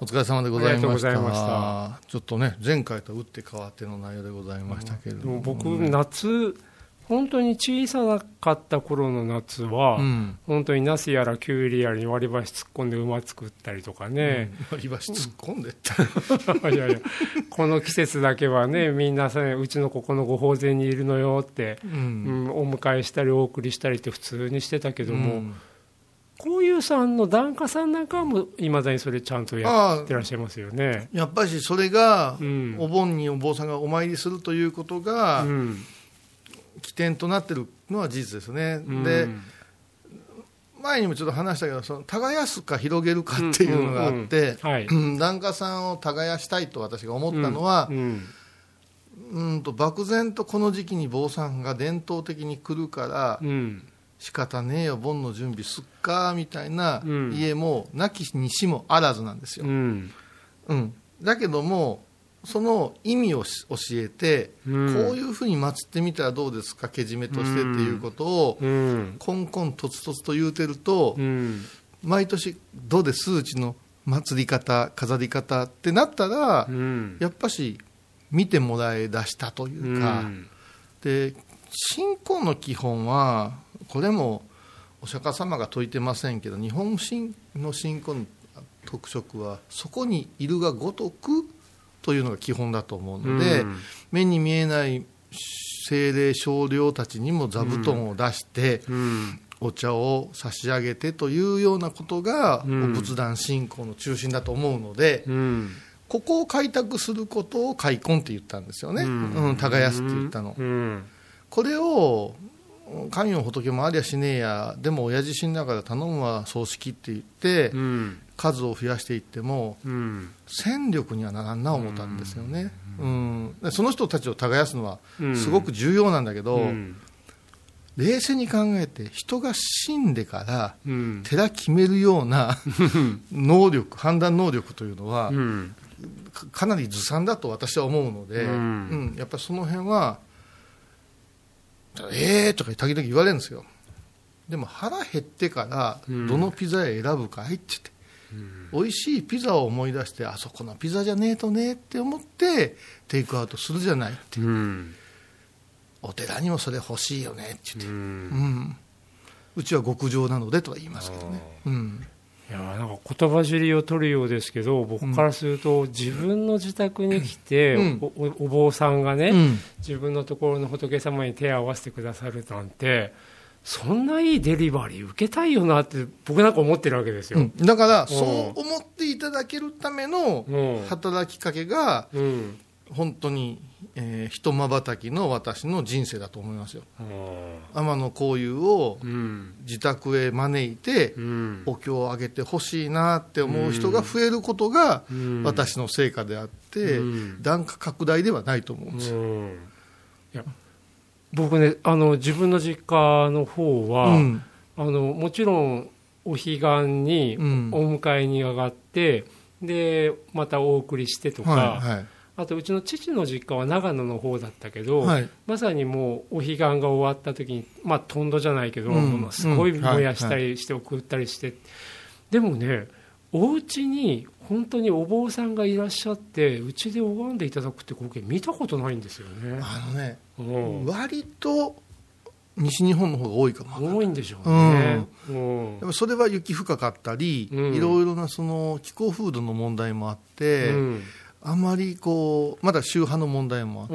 疲れ様でございました。 ありがとうございました。 ちょっとね、前回と打って変わっての内容でございましたけれども、 僕、夏本当に小さかった頃の夏は、本当にナスやらキュウリやらに割り箸突っ込んで馬作ったりとかね、 割り箸突っ込んでっていやいや、この季節だけはね、みんなさ、うちのここのご法前にいるのよって、お迎えしたりお送りしたりって普通にしてたけども、こういうさんの檀家さんなんかもいまだにそれちゃんとやってらっしゃいますよね。 やっぱりそれが、お盆にお坊さんがお参りするということが、起点となっているのは事実ですね。で、前にもちょっと話したけど、その耕すか広げるかっていうのがあって、檀家さんを耕したいと私が思ったのは、漠然とこの時期に坊さんが伝統的に来るから、仕方ねえよ盆の準備すっかみたいな家もなきにしもあらずなんですよ。だけどもその意味を教えて、こういうふうに祀ってみたらどうですか、けじめとしてっていうことを、こんこんとつとつと言うてると、毎年どうですうちの祭り方飾り方ってなったら、やっぱし見てもらえだしたというか、で信仰の基本はこれもお釈迦様が説いてませんけど、日本の信仰の特色はそこにいるがごとくというのが基本だと思うので、目に見えない精霊少量たちにも座布団を出して、お茶を差し上げてというようなことが、お仏壇信仰の中心だと思うので、ここを開拓することを開墾って言ったんですよね。耕すって言ったの、これを神も仏もありゃしねえや、でも親父死んだから頼むわ葬式って言って、数を増やしていっても、戦力にはならんな思ったんですよね。その人たちを耕すのはすごく重要なんだけど、冷静に考えて人が死んでから寺決めるような能力、判断能力というのはかなりずさんだと私は思うので、やっぱりその辺はとか時々言われるんですよ。でも腹減ってからどのピザ屋選ぶかいって言って、美味しいピザを思い出して、あそこのピザじゃねえとねって思ってテイクアウトするじゃないって、お寺にもそれ欲しいよねって言って、うちは極上なのでとは言いますけどね。 いやなんか言葉尻を取るようですけど、僕からすると自分の自宅に来て、お坊さんがね、自分のところの仏様に手を合わせてくださるなんて、そんないいデリバリー受けたいよなって僕なんか思ってるわけですよ。 だからそう思っていただけるための働きかけが本当に一瞬きの私の人生だと思いますよ。天の香油を自宅へ招いて、お経をあげてほしいなって思う人が増えることが私の成果であって、檀家拡大ではないと思うんですよ。 いや僕ね、自分の実家の方は、もちろんお彼岸にお迎えに上がって、でまたお送りしてとか、あとうちの父の実家は長野の方だったけど、まさにもうお彼岸が終わった時に、とんどじゃないけど、ものすごい燃やしたりして送ったりして、でもね、お家に本当にお坊さんがいらっしゃってうちで拝んでいただくって光景見たことないんですよね。 割と西日本の方が多いかも。 多いんでしょうね。 でもそれは雪深かったり、いろいろなその気候風土の問題もあって、あまりまだ宗派の問題もあって、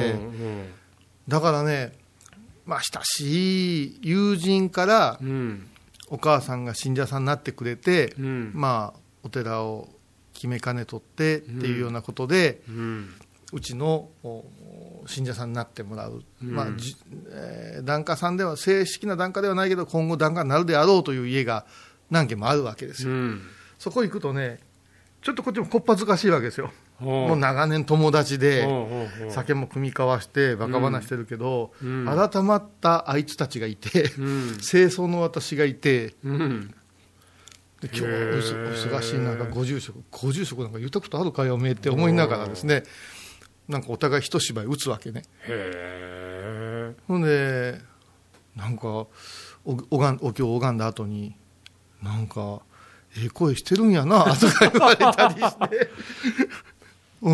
だからね、親しい友人から、お母さんが信者さんになってくれて、お寺を決めかねとってっていうようなことで、うちの信者さんになってもらう、檀家さんでは正式な檀家ではないけど今後檀家になるであろうという家が何軒もあるわけですよ。そこ行くとね、ちょっとこっちもこっぱずかしいわけですよ。もう長年友達で酒も酌み交わしてバカ話してるけど、改まったあいつたちがいて、清掃の私がいて、で今日お忙しい中ご住職なんか言ったことあるかよおめえって思いながらですね、なんかお互い一芝居打つわけね。ほんでなんかお経を拝んだ後になんか声してるんやなとか言われたりしてこ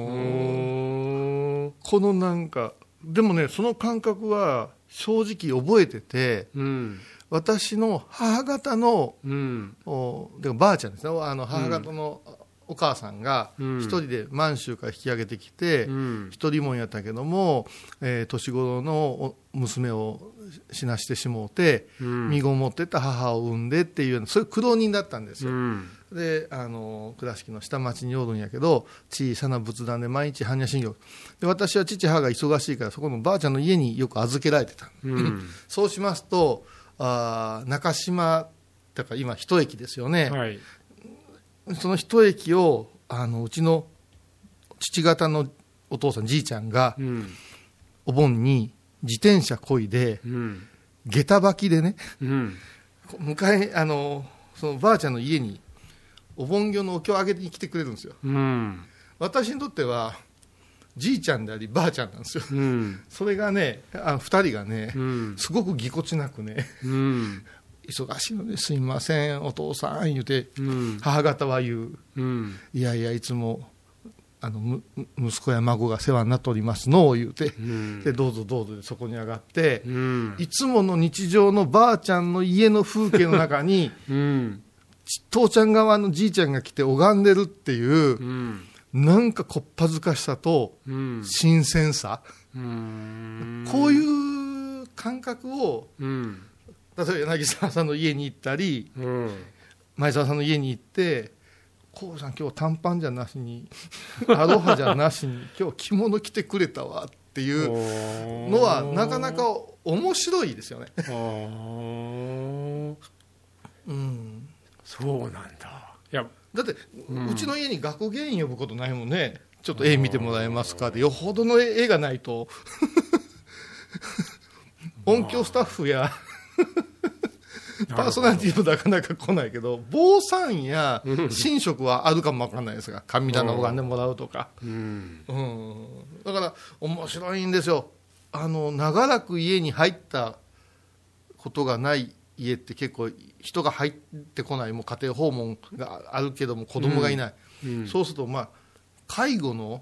のなんかでもね、その感覚は正直覚えてて、私の母方の、でもばあちゃんですね、母方のお母さんが一人で満州から引き上げてきて、一人もんやったけども、年頃の娘を死なしてしもうて、身ごもってた母を産んでっていうような、そういう苦労人だったんですよ。で倉敷の下町におるんやけど、小さな仏壇で毎日般若心経で、私は父母が忙しいからそこのばあちゃんの家によく預けられてた、そうしますと中島だから今一駅ですよね、はい、その一駅をうちの父方のお父さんじいちゃんが、お盆に自転車こいで、下駄履きでね、迎えそのばあちゃんの家にお盆行のお経をあげに来てくれるんですよ、私にとってはじいちゃんでありばあちゃんなんですよ、それがね2人がね、すごくぎこちなくね、忙しいのですいませんお父さん言うて、母方は言う、いやいやいつも息子や孫が世話になっておりますのを言うて、でどうぞどうぞでそこに上がって、いつもの日常のばあちゃんの家の風景の中に、父ちゃん側のじいちゃんが来て拝んでるっていう、なんかこっぱずかしさと新鮮さ、こういう感覚を、例えば柳沢さんの家に行ったり、前澤さんの家に行ってこうさん今日短パンじゃなしにアロハじゃなしに今日着物着てくれたわっていうのはなかなか面白いですよね。 そうなんだ。いやだって、うちの家に学芸員呼ぶことないもんね。ちょっと絵見てもらえますかでよほどの絵がないと音響スタッフやパーソナリティもなかなか来ないけど、坊さんや神職はあるかもわかんないですが、神棚拝んでもらうとか、だから面白いんですよ。長らく家に入ったことがない家って結構人が入ってこない、もう家庭訪問があるけども子供がいない、そうすると介護の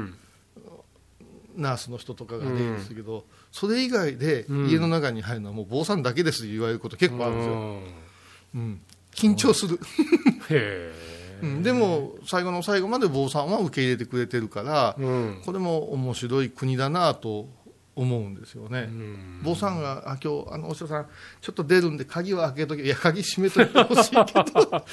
ナースの人とかが出るんですけど、それ以外で家の中に入るのはもう坊さんだけですと言われること結構あるんですよ、緊張するでも最後の最後まで坊さんは受け入れてくれてるから、これも面白い国だなと思うんですよね。坊さんが今日お師匠さんちょっと出るんで鍵は開けとけ、いや鍵閉めといてほしいけどだからこ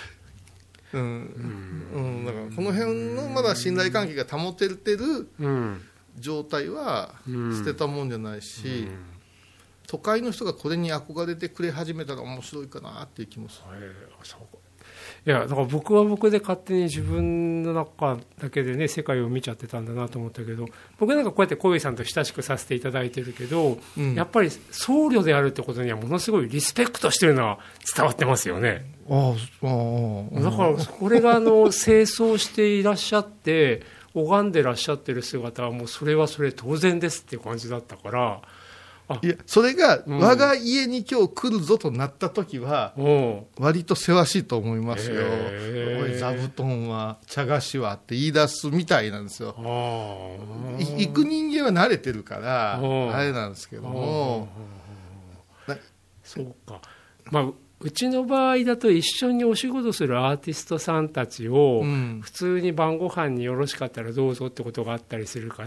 の辺のまだ信頼関係が保ててる状態は捨てたもんじゃないし、都会の人がこれに憧れてくれ始めたら面白いかなっていう気もする。 いやだから僕は僕で勝手に自分の中だけでね世界を見ちゃってたんだなと思ったけど、僕なんかこうやって小井さんと親しくさせていただいてるけど、やっぱり僧侶であるってことにはものすごいリスペクトしてるのは伝わってますよね。だからこれが清掃していらっしゃって拝んでらっしゃってる姿はもうそれはそれ当然ですっていう感じだったから、 いやそれが我が家に今日来るぞとなった時は割とせわしいと思いますよ。おい座布団は茶菓子はって言い出すみたいなんですよ。行く人間は慣れてるからあれなんですけども、 そうか、うちの場合だと一緒にお仕事するアーティストさんたちを普通に晩ご飯によろしかったらどうぞってことがあったりするから、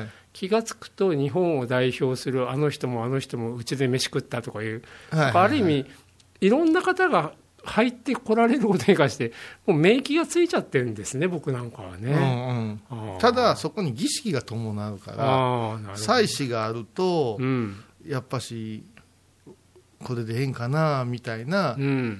気がつくと日本を代表するあの人もあの人もうちで飯食ったとかいう、ある意味いろんな方が入ってこられることに関してもう免疫がついちゃってるんですね、僕なんかはね。 ただそこに儀式が伴うから祭祀があると、やっぱしこれでええんかなみたいな、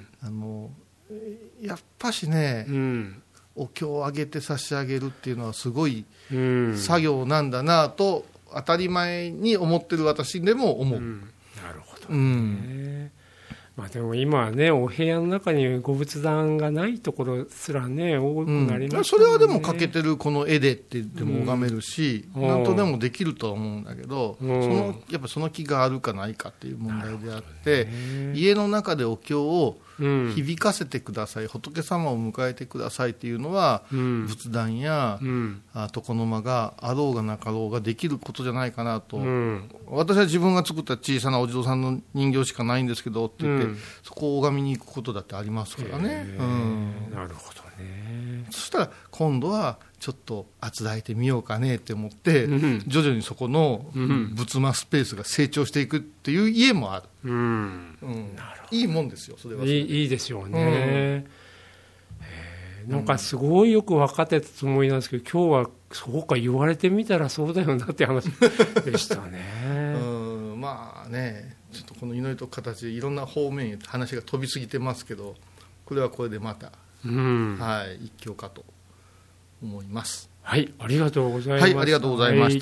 やっぱしね、お経をあげて差し上げるっていうのはすごい作業なんだなと当たり前に思ってる私でも思う。なるほどね。でも今はねお部屋の中にご仏壇がないところすらね多くなりましたね。それはでも欠けてるこの絵でってでも拝めるし、なんとでもできるとは思うんだけど、やっぱその気があるかないかっていう問題であって、家の中でお経を響かせてください、仏様を迎えてくださいっていうのは、仏壇や、床の間があろうがなかろうができることじゃないかなと、私は自分が作った小さなお地蔵さんの人形しかないんですけどって言って、そこを拝みに行くことだってありますからね。 なるほどね。 そしたら今度はちょっとあつらえてみようかねって思って、徐々にそこの仏間スペースが成長していくっていう家もある。いいもんですよ、それはそれで。 いいですよね。なんかすごいよく分かってたつもりなんですけど、今日はそうか言われてみたらそうだよなって話でしたね。 まあね、ちょっとこの祈りと形でいろんな方面へ話が飛びすぎてますけど、これはこれでまた、一興かと思います。 はい、ありがとうございました。 はい、ありがとうございました。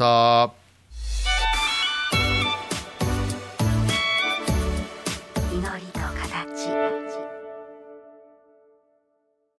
祈りと形。